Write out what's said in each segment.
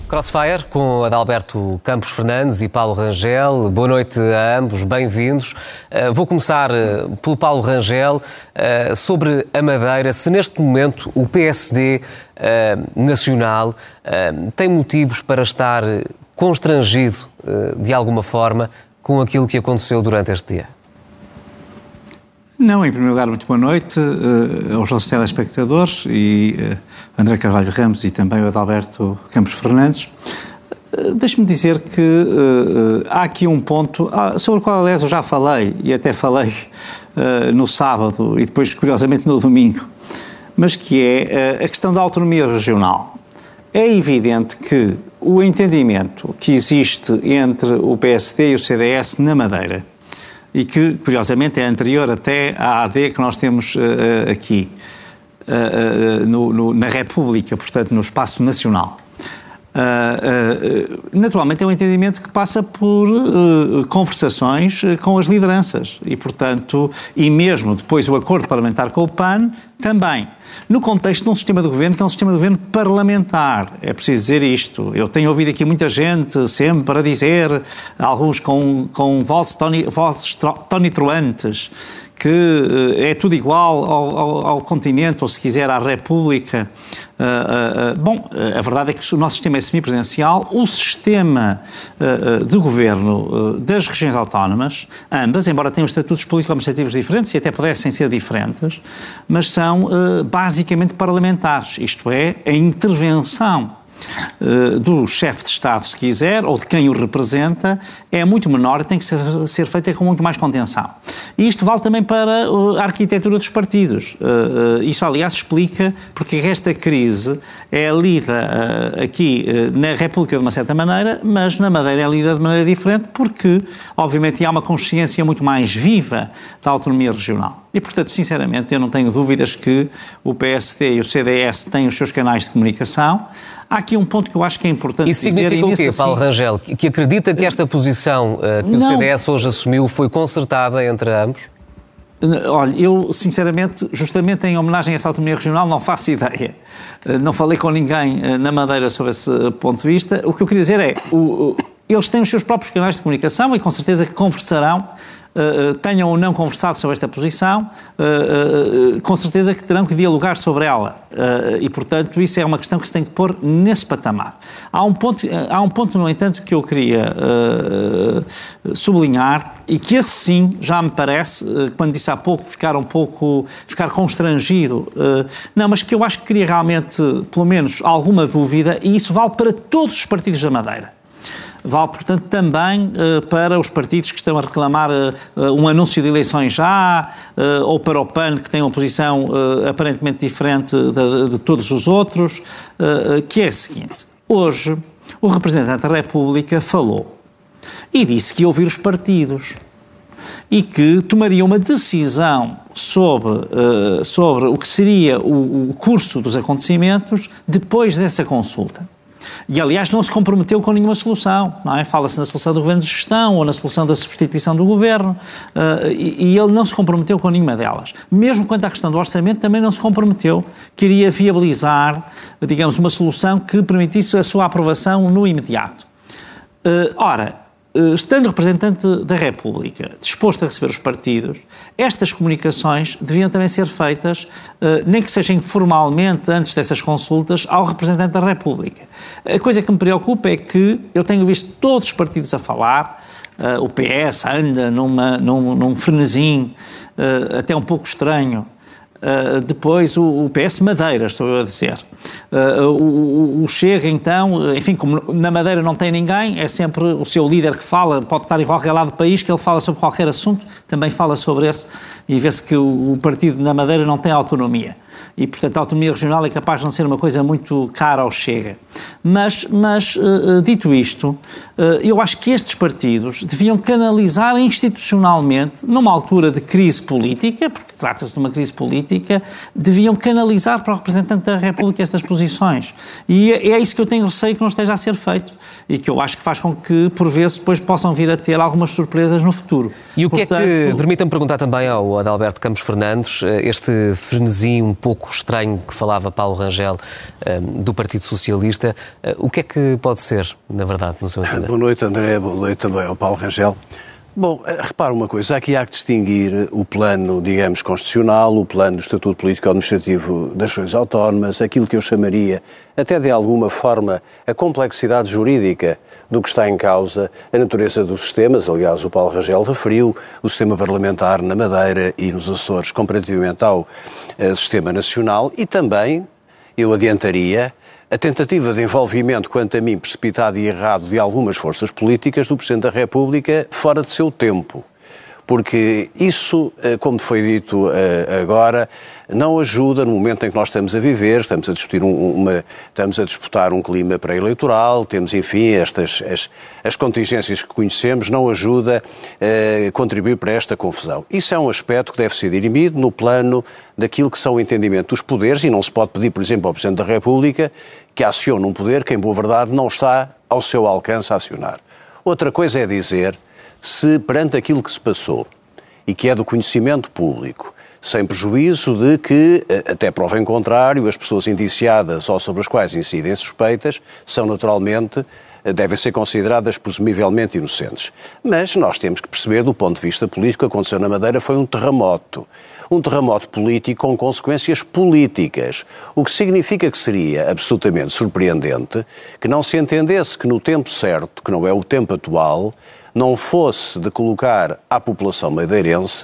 Crossfire com Adalberto Campos Fernandes e Paulo Rangel. Boa noite a ambos, bem-vindos. Vou começar pelo Paulo Rangel. Sobre a Madeira, se neste momento o PSD nacional tem motivos para estar constrangido de alguma forma com aquilo que aconteceu durante este dia? Não, em primeiro lugar, muito boa noite aos nossos telespectadores e André Carvalho Ramos e também o Adalberto Campos Fernandes. Deixe-me dizer que há aqui um ponto sobre o qual, aliás, eu já falei e até falei no sábado e depois, curiosamente, no domingo, mas que é a questão da autonomia regional. É evidente que o entendimento que existe entre o PSD e o CDS na Madeira, e que, curiosamente, é anterior até à AD que nós temos aqui, na República, portanto, no espaço nacional. Naturalmente é um entendimento que passa por conversações com as lideranças e, portanto, e mesmo depois o acordo parlamentar com o PAN, também. No contexto de um sistema de governo que é um sistema de governo parlamentar. É preciso dizer isto. Eu tenho ouvido aqui muita gente sempre a dizer, alguns com vozes tonitruantes, que é tudo igual ao continente, ou se quiser à República. Bom, a verdade é que o nosso sistema é semipresidencial, o sistema de governo das regiões autónomas, ambas, embora tenham estatutos político-administrativos diferentes e até pudessem ser diferentes, mas são basicamente parlamentares, isto é, a intervenção do chefe de Estado, se quiser, ou de quem o representa, é muito menor e tem que ser feita com muito mais contenção. E isto vale também para a arquitetura dos partidos. Isso, aliás, explica porque esta crise é lida aqui na República de uma certa maneira, mas na Madeira é lida de maneira diferente porque, obviamente, há uma consciência muito mais viva da autonomia regional. E, portanto, sinceramente, eu não tenho dúvidas que o PSD e o CDS têm os seus canais de comunicação. Há aqui um ponto que eu acho que é importante dizer. Isso significa o quê, Paulo Rangel? Que acredita que esta posição que o CDS hoje assumiu foi concertada entre ambos? Olha, eu, sinceramente, justamente em homenagem a essa autonomia regional, não faço ideia. Não falei com ninguém na Madeira sobre esse ponto de vista. O que eu queria dizer é, eles têm os seus próprios canais de comunicação e com certeza que conversarão, tenham ou não conversado sobre esta posição, com certeza que terão que dialogar sobre ela. E, portanto, isso é uma questão que se tem que pôr nesse patamar. Há um ponto, no entanto, que eu queria sublinhar, e que esse sim, já me parece, quando disse há pouco, ficar constrangido, não, mas que eu acho que queria realmente, pelo menos, alguma dúvida, e isso vale para todos os partidos da Madeira. Vale, portanto, também para os partidos que estão a reclamar um anúncio de eleições já, ou para o PAN, que tem uma posição aparentemente diferente de todos os outros, que é a seguinte. Hoje, o representante da República falou e disse que ia ouvir os partidos e que tomaria uma decisão sobre o que seria o curso dos acontecimentos depois dessa consulta. E, aliás, não se comprometeu com nenhuma solução, não é? Fala-se na solução do governo de gestão ou na solução da substituição do governo e ele não se comprometeu com nenhuma delas. Mesmo quanto à questão do orçamento, também não se comprometeu que iria viabilizar, digamos, uma solução que permitisse a sua aprovação no imediato. Estando o representante da República disposto a receber os partidos, estas comunicações deviam também ser feitas, nem que sejam informalmente, antes dessas consultas, ao representante da República. A coisa que me preocupa é que eu tenho visto todos os partidos a falar, o PS anda num frenesim até um pouco estranho, depois o PS Madeira, estou eu a dizer. O Chega, então, enfim, como na Madeira não tem ninguém, é sempre o seu líder que fala, pode estar em qualquer lado do país, que ele fala sobre qualquer assunto, também fala sobre esse, e vê-se que o partido na Madeira não tem autonomia. E, portanto, a autonomia regional é capaz de não ser uma coisa muito cara ao Chega. Mas dito isto, eu acho que estes partidos deviam canalizar institucionalmente, numa altura de crise política, porque trata-se de uma crise política, deviam canalizar para o representante da República estas posições. E é isso que eu tenho receio que não esteja a ser feito e que eu acho que faz com que, por vezes, depois possam vir a ter algumas surpresas no futuro. E o que permita-me perguntar também ao Adalberto Campos Fernandes, este frenesim um pouco estranho que falava Paulo Rangel do Partido Socialista, o que é que pode ser, na verdade, no seu entender? Boa noite, André, boa noite também ao Paulo Rangel. Bom, repara uma coisa, aqui há que distinguir o plano, digamos, constitucional, o plano do Estatuto Político-Administrativo das Regiões Autónomas, aquilo que eu chamaria, até de alguma forma, a complexidade jurídica do que está em causa, a natureza dos sistemas, aliás, o Paulo Rangel referiu, o sistema parlamentar na Madeira e nos Açores, comparativamente ao sistema nacional, e também, eu adiantaria, a tentativa de envolvimento, quanto a mim, precipitado e errado de algumas forças políticas do Presidente da República fora de seu tempo. Porque isso, como foi dito agora, não ajuda no momento em que nós estamos a viver, estamos a disputar um clima pré-eleitoral, temos, enfim, as contingências que conhecemos, não ajuda a contribuir para esta confusão. Isso é um aspecto que deve ser dirimido no plano daquilo que são o entendimento dos poderes e não se pode pedir, por exemplo, ao Presidente da República que acione um poder que, em boa verdade, não está ao seu alcance a acionar. Outra coisa é dizer se perante aquilo que se passou e que é do conhecimento público, sem prejuízo de que, até prova em contrário, as pessoas indiciadas ou sobre as quais incidem suspeitas são naturalmente, devem ser consideradas presumivelmente inocentes. Mas nós temos que perceber, do ponto de vista político, o que aconteceu na Madeira foi um terremoto político com consequências políticas, o que significa que seria absolutamente surpreendente que não se entendesse que no tempo certo, que não é o tempo atual, não fosse de colocar à população madeirense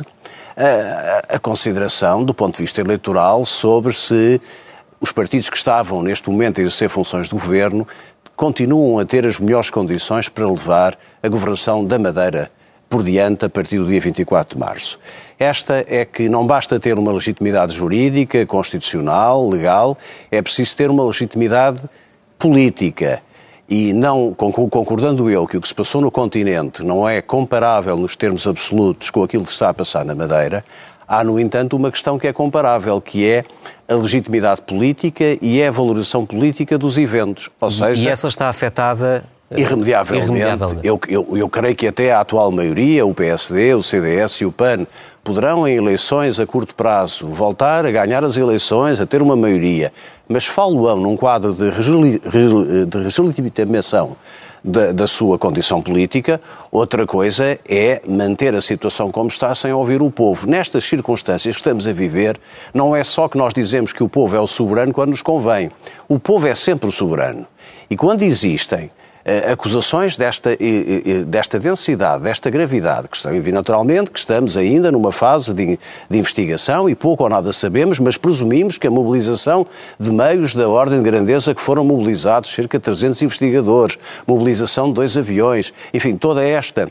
a consideração, do ponto de vista eleitoral, sobre se os partidos que estavam neste momento a exercer funções de governo continuam a ter as melhores condições para levar a governação da Madeira por diante a partir do dia 24 de março. Esta é que não basta ter uma legitimidade jurídica, constitucional, legal, é preciso ter uma legitimidade política. E não, concordando eu que o que se passou no continente não é comparável nos termos absolutos com aquilo que está a passar na Madeira, há, no entanto, uma questão que é comparável, que é a legitimidade política e é a valorização política dos eventos. Ou seja, e essa está afetada irremediavelmente. Eu creio que até a atual maioria, o PSD, o CDS e o PAN, poderão em eleições a curto prazo voltar a ganhar as eleições, a ter uma maioria, mas falo-ão num quadro de legitimação da sua condição política. Outra coisa é manter a situação como está sem ouvir o povo. Nestas circunstâncias que estamos a viver, não é só que nós dizemos que o povo é o soberano quando nos convém. O povo é sempre o soberano. E quando existem acusações desta densidade, desta gravidade, que estão a vir naturalmente, que estamos ainda numa fase de investigação e pouco ou nada sabemos, mas presumimos que a mobilização de meios da ordem de grandeza que foram mobilizados, cerca de 300 investigadores, mobilização de 2 aviões, enfim, toda esta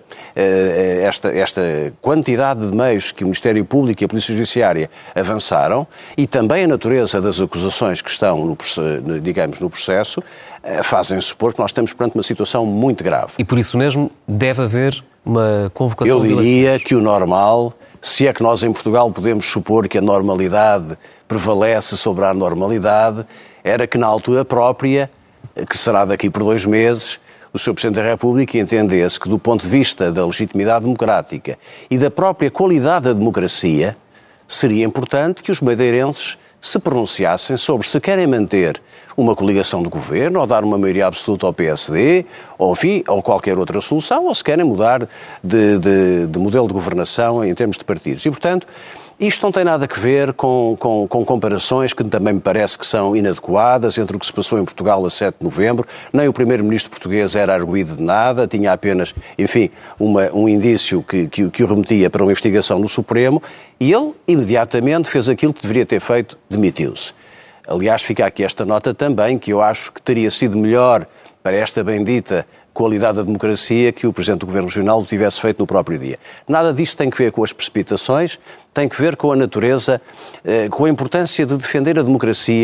quantidade de meios que o Ministério Público e a Polícia Judiciária avançaram e também a natureza das acusações que estão no processo, fazem supor que nós estamos perante uma situação muito grave. E por isso mesmo deve haver uma convocação de eleições? Eu diria que o normal, se é que nós em Portugal podemos supor que a normalidade prevalece sobre a anormalidade, era que na altura própria, que será daqui por 2 meses, o Sr. Presidente da República entendesse que, do ponto de vista da legitimidade democrática e da própria qualidade da democracia, seria importante que os madeirenses se pronunciassem sobre se querem manter uma coligação de governo ou dar uma maioria absoluta ao PSD ou qualquer outra solução, ou se querem mudar de modelo de governação em termos de partidos. E, portanto, isto não tem nada a ver com comparações que também me parece que são inadequadas entre o que se passou em Portugal a 7 de novembro. Nem o primeiro-ministro português era arguido de nada, tinha apenas, enfim, um indício que o remetia para uma investigação no Supremo, e ele imediatamente fez aquilo que deveria ter feito, demitiu-se. Aliás, fica aqui esta nota também, que eu acho que teria sido melhor para esta bendita qualidade da democracia que o Presidente do Governo Regional o tivesse feito no próprio dia. Nada disto tem que ver com as precipitações, tem que ver com a natureza, com a importância de defender a democracia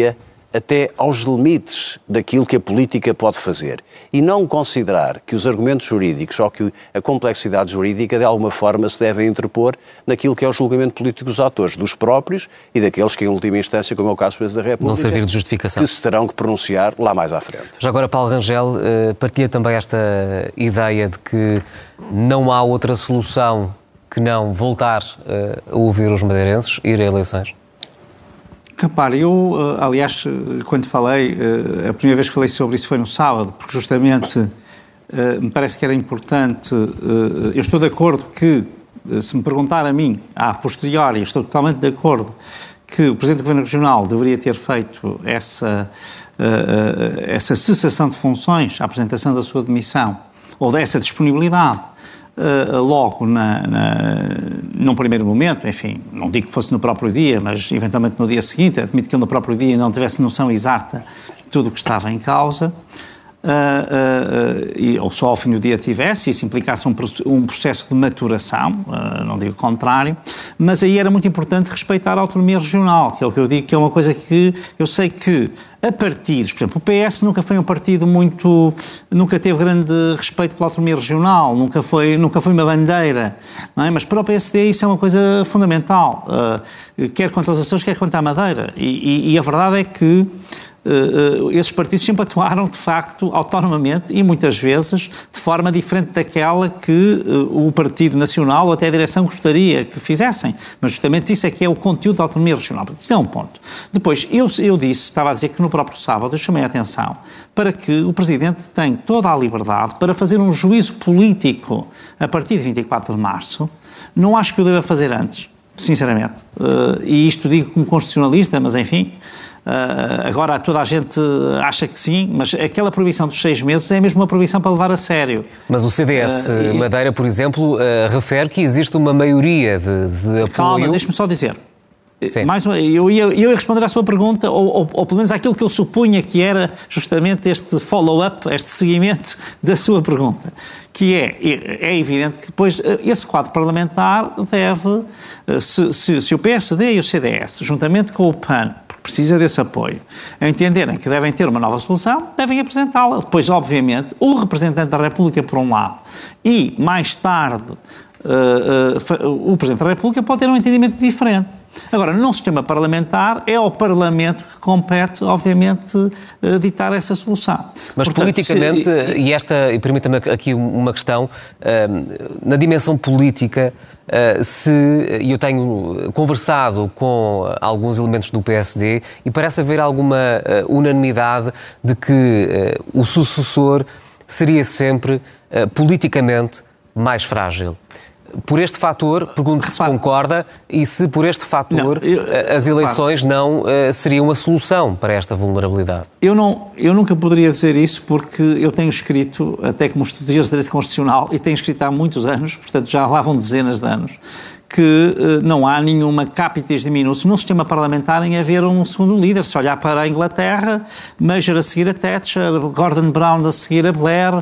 até aos limites daquilo que a política pode fazer e não considerar que os argumentos jurídicos ou que a complexidade jurídica de alguma forma se devem interpor naquilo que é o julgamento político dos atores, dos próprios e daqueles que em última instância, como é o caso do Presidente da República, não servir de justificação, que se terão que pronunciar lá mais à frente. Já agora, Paulo Rangel, partilha também esta ideia de que não há outra solução que não voltar a ouvir os madeirenses, ir a eleições? Repare, eu, aliás, quando falei, a primeira vez que falei sobre isso foi no sábado, porque justamente me parece que era importante, eu estou de acordo que, se me perguntar a mim, a posteriori, estou totalmente de acordo que o Presidente do Governo Regional deveria ter feito essa cessação de funções, a apresentação da sua demissão, ou dessa disponibilidade, logo num primeiro momento, enfim, não digo que fosse no próprio dia, mas eventualmente no dia seguinte, admito que ele no próprio dia não tivesse noção exata de tudo o que estava em causa, ou só ao fim do dia tivesse, isso implicasse um processo de maturação, não digo o contrário, mas aí era muito importante respeitar a autonomia regional, que é o que eu digo, que é uma coisa que eu sei que a partidos, por exemplo, o PS nunca foi um partido nunca teve grande respeito pela autonomia regional, nunca foi uma bandeira, não é? Mas para o PSD isso é uma coisa fundamental, quer quanto aos Açores, quer quanto à Madeira, e a verdade é que esses partidos sempre atuaram, de facto, autonomamente e muitas vezes de forma diferente daquela que o Partido Nacional ou até a direção gostaria que fizessem. Mas justamente isso é que é o conteúdo da autonomia regional. Isto é um ponto. Depois, eu estava a dizer que no próprio sábado eu chamei a atenção para que o Presidente tem toda a liberdade para fazer um juízo político a partir de 24 de março. Não acho que o deva fazer antes, sinceramente. E isto digo como constitucionalista, mas enfim... agora toda a gente acha que sim, mas aquela proibição dos 6 meses é mesmo uma proibição para levar a sério. Mas o CDS Madeira, por exemplo, refere que existe uma maioria de apoio... Calma, deixe-me só dizer. Eu ia responder à sua pergunta, ou pelo menos àquilo que eu supunha que era justamente este follow-up, este seguimento da sua pergunta, que é evidente que depois esse quadro parlamentar deve, se o PSD e o CDS, juntamente com o PAN, precisa desse apoio, a entenderem que devem ter uma nova solução, devem apresentá-la. Depois, obviamente, o representante da República, por um lado, e mais tarde o Presidente da República pode ter um entendimento diferente. Agora, num sistema parlamentar, é ao Parlamento que compete, obviamente, ditar essa solução. Mas portanto, politicamente, e permita-me aqui uma questão, na dimensão política, e eu tenho conversado com alguns elementos do PSD e parece haver alguma unanimidade de que o sucessor seria sempre politicamente mais frágil. Por este fator, pergunto se concorda e se por este fator as eleições não seriam a solução para esta vulnerabilidade. Eu nunca poderia dizer isso porque eu tenho escrito, até como estudioso de Direito Constitucional, e tenho escrito há muitos anos, portanto já lá vão dezenas de anos, que não há nenhuma capitis diminutum no sistema parlamentar em haver um segundo líder. Se olhar para a Inglaterra, Major a seguir a Thatcher, Gordon Brown a seguir a Blair,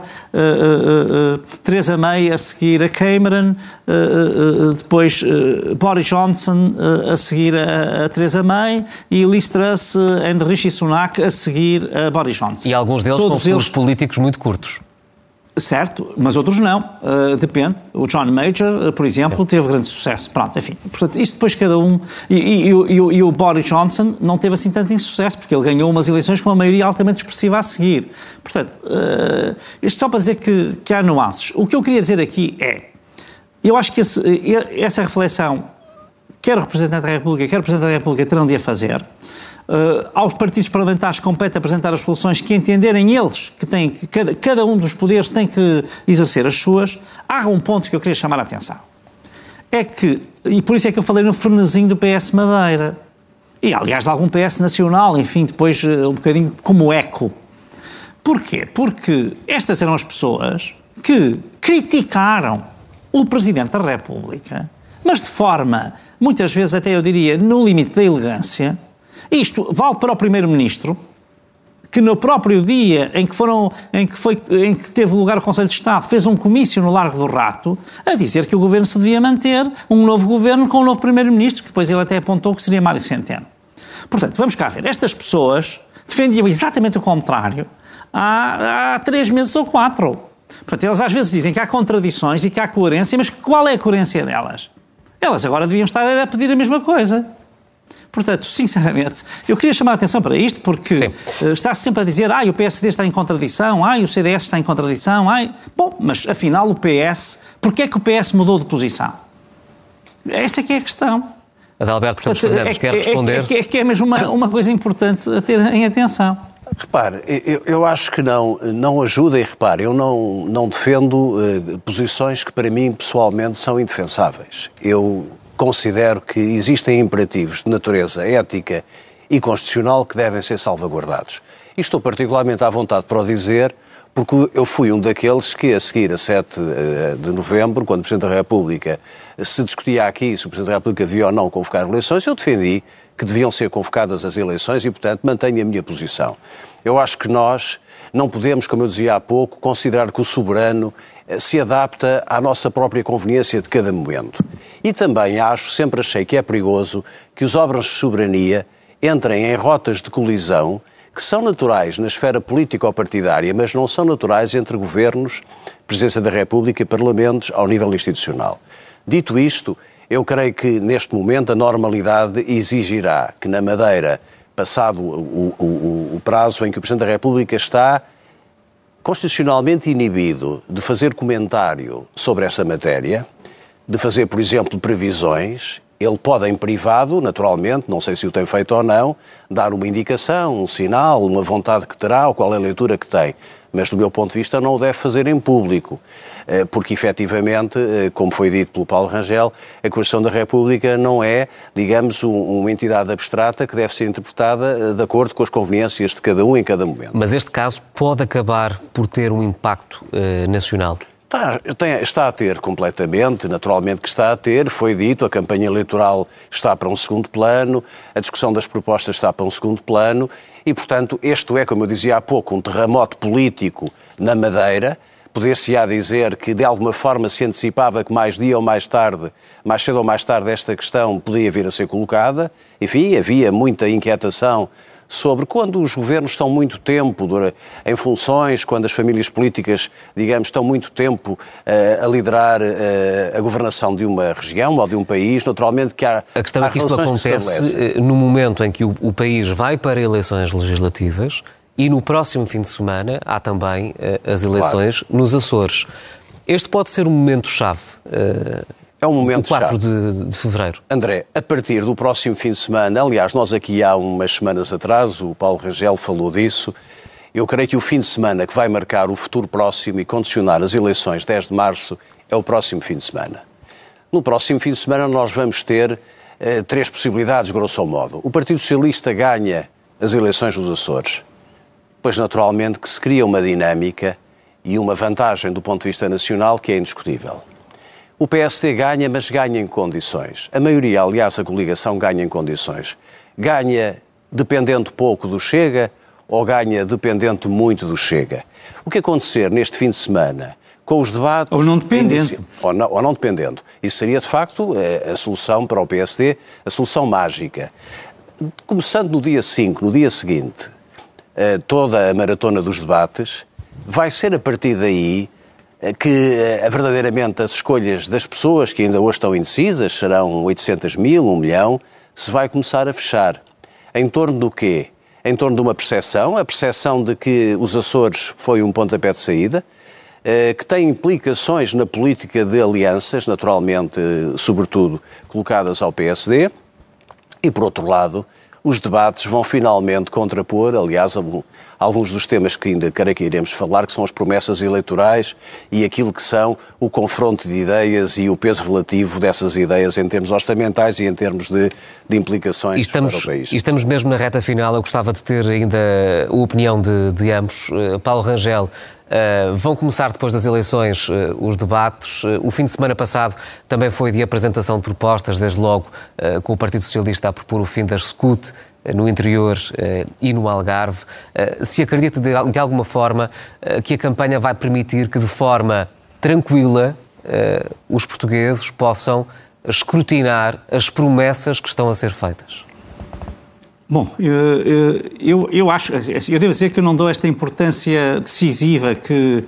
Theresa May a seguir a Cameron, depois Boris Johnson a seguir a Theresa May e Liz Truss e Rishi Sunak a seguir a Boris Johnson. E alguns deles com furos políticos muito curtos. Certo, mas outros não, depende. O John Major, por exemplo, teve grande sucesso. Pronto, enfim, portanto, isto depois cada um... E o Boris Johnson não teve assim tanto insucesso, porque ele ganhou umas eleições com uma maioria altamente expressiva a seguir. Portanto, isto só para dizer que há nuances. O que eu queria dizer aqui eu acho que essa reflexão, quer o Representante da República, quer o Presidente da República terão de a fazer. Aos partidos parlamentares compete apresentar as soluções que entenderem eles, que cada um dos poderes tem que exercer as suas. Há um ponto que eu queria chamar a atenção. É que, e por isso é que eu falei no frenesim do PS Madeira, e aliás de algum PS nacional, enfim, depois um bocadinho como eco. Porquê? Porque estas eram as pessoas que criticaram o Presidente da República, mas de forma, muitas vezes até eu diria, no limite da elegância. Isto vale para o Primeiro-Ministro, que no próprio dia em que teve lugar o Conselho de Estado, fez um comício no Largo do Rato, a dizer que o Governo se devia manter, um novo Governo com um novo Primeiro-Ministro, que depois ele até apontou que seria Mário Centeno. Portanto, vamos cá ver, estas pessoas defendiam exatamente o contrário há 3 meses ou 4. Portanto, eles às vezes dizem que há contradições e que há coerência, mas qual é a coerência delas? Elas agora deviam estar a pedir a mesma coisa. Portanto, sinceramente, eu queria chamar a atenção para isto, porque está-se sempre a dizer o PSD está em contradição, o CDS está em contradição, Bom, mas afinal o PS, porquê é que o PS mudou de posição? Essa é que é a questão. Adalberto Campos Fernandes quer responder? É que é mesmo uma coisa importante a ter em atenção. Repare, eu acho que não ajuda, e repare, eu não defendo posições que para mim pessoalmente são indefensáveis. Eu considero que existem imperativos de natureza ética e constitucional que devem ser salvaguardados. E estou particularmente à vontade para o dizer, porque eu fui um daqueles que, a seguir a 7 de novembro, quando o Presidente da República se discutia aqui se o Presidente da República devia ou não convocar eleições, eu defendi que deviam ser convocadas as eleições e, portanto, mantenho a minha posição. Eu acho que nós não podemos, como eu dizia há pouco, considerar que o soberano se adapta à nossa própria conveniência de cada momento. E também sempre achei que é perigoso que os órgãos de soberania entrem em rotas de colisão que são naturais na esfera política ou partidária, mas não são naturais entre governos, Presidência da República e Parlamentos ao nível institucional. Dito isto, eu creio que neste momento a normalidade exigirá que na Madeira, passado o prazo em que o Presidente da República está constitucionalmente inibido de fazer comentário sobre essa matéria, de fazer, por exemplo, previsões, ele pode em privado, naturalmente, não sei se o tem feito ou não, dar uma indicação, um sinal, uma vontade que terá ou qual é a leitura que tem. Mas, do meu ponto de vista, não o deve fazer em público, porque, efetivamente, como foi dito pelo Paulo Rangel, a Constituição da República não é, digamos, uma entidade abstrata que deve ser interpretada de acordo com as conveniências de cada um em cada momento. Mas este caso pode acabar por ter um impacto nacional? Está a ter completamente, naturalmente que está a ter, foi dito, a campanha eleitoral está para um segundo plano, a discussão das propostas está para um segundo plano e, portanto, este é, como eu dizia há pouco, um terremoto político na Madeira. Poder-se-á dizer que, de alguma forma, se antecipava que mais cedo ou mais tarde, esta questão podia vir a ser colocada. Enfim, havia muita inquietação sobre quando os governos estão muito tempo em funções, quando as famílias políticas, digamos, estão muito tempo a liderar a governação de uma região ou de um país, naturalmente que há... A questão é que isto acontece no momento em que o país vai para eleições legislativas e no próximo fim de semana há também as eleições nos Açores. Este pode ser um momento-chave. É um momento o 4 de fevereiro. André, a partir do próximo fim de semana, aliás, nós aqui há umas semanas atrás, o Paulo Rangel falou disso, eu creio que o fim de semana que vai marcar o futuro próximo e condicionar as eleições 10 de março é o próximo fim de semana. No próximo fim de semana nós vamos ter 3 possibilidades, grosso modo. O Partido Socialista ganha as eleições dos Açores, pois naturalmente que se cria uma dinâmica e uma vantagem do ponto de vista nacional que é indiscutível. O PSD ganha, mas ganha em condições. A maioria, aliás, a coligação ganha em condições. Ganha dependendo pouco do Chega ou ganha dependendo muito do Chega. O que acontecer neste fim de semana, com os debates... Ou não dependendo. Ou não dependendo. Isso seria, de facto, a solução para o PSD, a solução mágica. Começando no dia 5, no dia seguinte, toda a maratona dos debates, vai ser a partir daí que verdadeiramente as escolhas das pessoas que ainda hoje estão indecisas, serão 800 mil, 1 milhão, se vai começar a fechar. Em torno do quê? Em torno de uma percepção, a percepção de que os Açores foi um pontapé de saída, que tem implicações na política de alianças, naturalmente, sobretudo, colocadas ao PSD, e, por outro lado, os debates vão finalmente contrapor, aliás, alguns dos temas que ainda iremos falar, que são as promessas eleitorais e aquilo que são o confronto de ideias e o peso relativo dessas ideias em termos orçamentais e em termos de implicações para o país. E estamos mesmo na reta final. Eu gostava de ter ainda a opinião de ambos. Paulo Rangel, vão começar depois das eleições os debates. O fim de semana passado também foi de apresentação de propostas, desde logo com o Partido Socialista a propor o fim das SCUT no interior e no Algarve. Se acredita de alguma forma que a campanha vai permitir que de forma tranquila os portugueses possam escrutinar as promessas que estão a ser feitas? Bom, eu acho, eu devo dizer que eu não dou esta importância decisiva que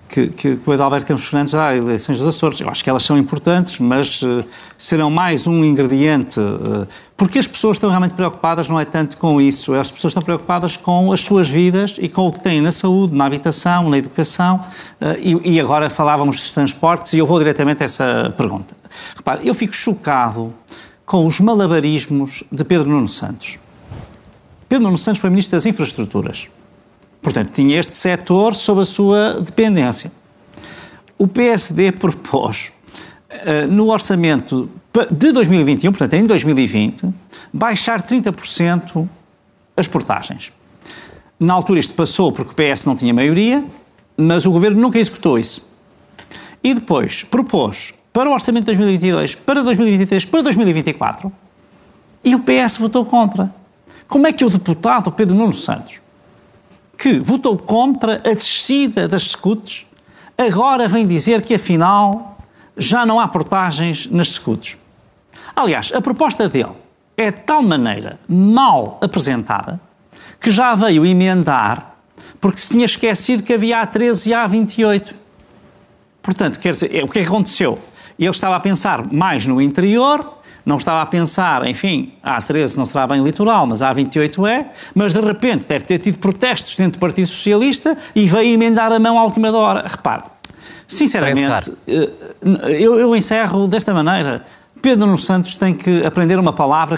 o Adalberto Campos Fernandes dá às eleições dos Açores. Eu acho que elas são importantes, mas serão mais um ingrediente, porque as pessoas estão realmente preocupadas, não é tanto com isso, as pessoas estão preocupadas com as suas vidas e com o que têm na saúde, na habitação, na educação, e agora falávamos dos transportes, e eu vou diretamente a essa pergunta. Repare, eu fico chocado com os malabarismos de Pedro Nuno Santos. Pedro Nuno Santos foi Ministro das Infraestruturas. Portanto, tinha este setor sob a sua dependência. O PSD propôs, no orçamento de 2021, portanto, em 2020, baixar 30% as portagens. Na altura isto passou porque o PS não tinha maioria, mas o Governo nunca executou isso. E depois propôs para o orçamento de 2022, para 2023, para 2024, e o PS votou contra. Como é que o deputado Pedro Nuno Santos, que votou contra a descida das SCUTs, agora vem dizer que, afinal, já não há portagens nas SCUTs? Aliás, a proposta dele é de tal maneira mal apresentada que já veio emendar porque se tinha esquecido que havia A13 e A28. Portanto, quer dizer, o que é que aconteceu? Ele estava a pensar mais no interior, não estava a pensar, enfim, a A13 não será bem litoral, mas a A28 é, mas de repente deve ter tido protestos dentro do Partido Socialista e veio emendar a mão à última hora. Repare, sinceramente, eu encerro desta maneira. Pedro Nuno Santos tem que aprender uma palavra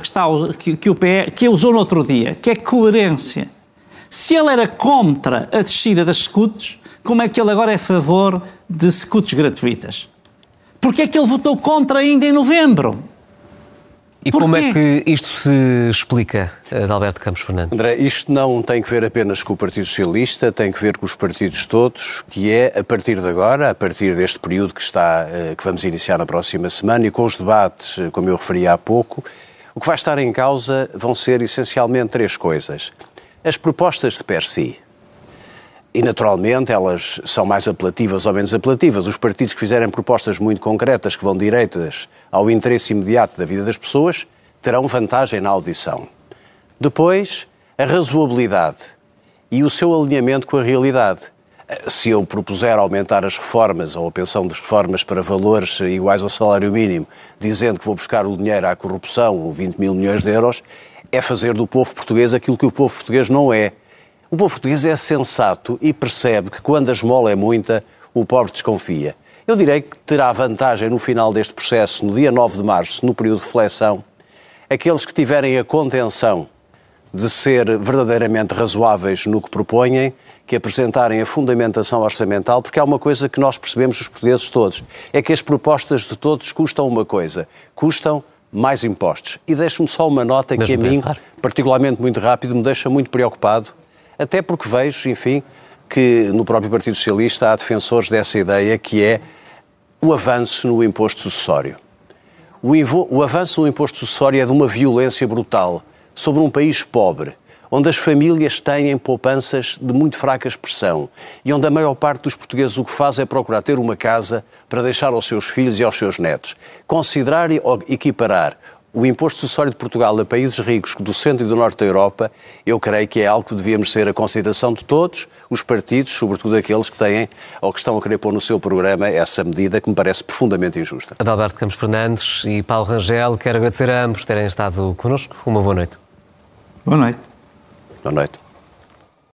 que usou no outro dia, que é coerência. Se ele era contra a descida das SCUTs, como é que ele agora é a favor de SCUTs gratuitas? Porque é que ele votou contra ainda em novembro? E como é que isto se explica, Adalberto Campos Fernandes? André, isto não tem que ver apenas com o Partido Socialista, tem que ver com os partidos todos, que é, a partir de agora, a partir deste período que vamos iniciar na próxima semana e com os debates, como eu referi há pouco, o que vai estar em causa vão ser essencialmente três coisas. As propostas de per si. E, naturalmente, elas são mais apelativas ou menos apelativas. Os partidos que fizerem propostas muito concretas, que vão direitas ao interesse imediato da vida das pessoas, terão vantagem na audição. Depois, a razoabilidade e o seu alinhamento com a realidade. Se eu propuser aumentar as reformas ou a pensão das reformas para valores iguais ao salário mínimo, dizendo que vou buscar o dinheiro à corrupção, 20 mil milhões de euros, é fazer do povo português aquilo que o povo português não é. O povo português é sensato e percebe que quando a esmola é muita, o pobre desconfia. Eu direi que terá vantagem no final deste processo, no dia 9 de março, no período de reflexão, aqueles que tiverem a contenção de ser verdadeiramente razoáveis no que propõem, que apresentarem a fundamentação orçamental, porque há uma coisa que nós percebemos, os portugueses todos, é que as propostas de todos custam uma coisa, custam mais impostos. E deixe-me só uma nota que a mim, particularmente muito rápido, me deixa muito preocupado, até porque vejo, enfim, que no próprio Partido Socialista há defensores dessa ideia que é o avanço no imposto sucessório. O avanço no imposto sucessório é de uma violência brutal sobre um país pobre, onde as famílias têm poupanças de muito fraca expressão e onde a maior parte dos portugueses o que faz é procurar ter uma casa para deixar aos seus filhos e aos seus netos. Considerar e equiparar o imposto sucessório de Portugal a países ricos do centro e do norte da Europa, eu creio que é algo que devíamos ter a consideração de todos os partidos, sobretudo aqueles que têm ou que estão a querer pôr no seu programa essa medida que me parece profundamente injusta. Adalberto Campos Fernandes e Paulo Rangel, quero agradecer a ambos terem estado connosco. Uma boa noite. Boa noite. Boa noite.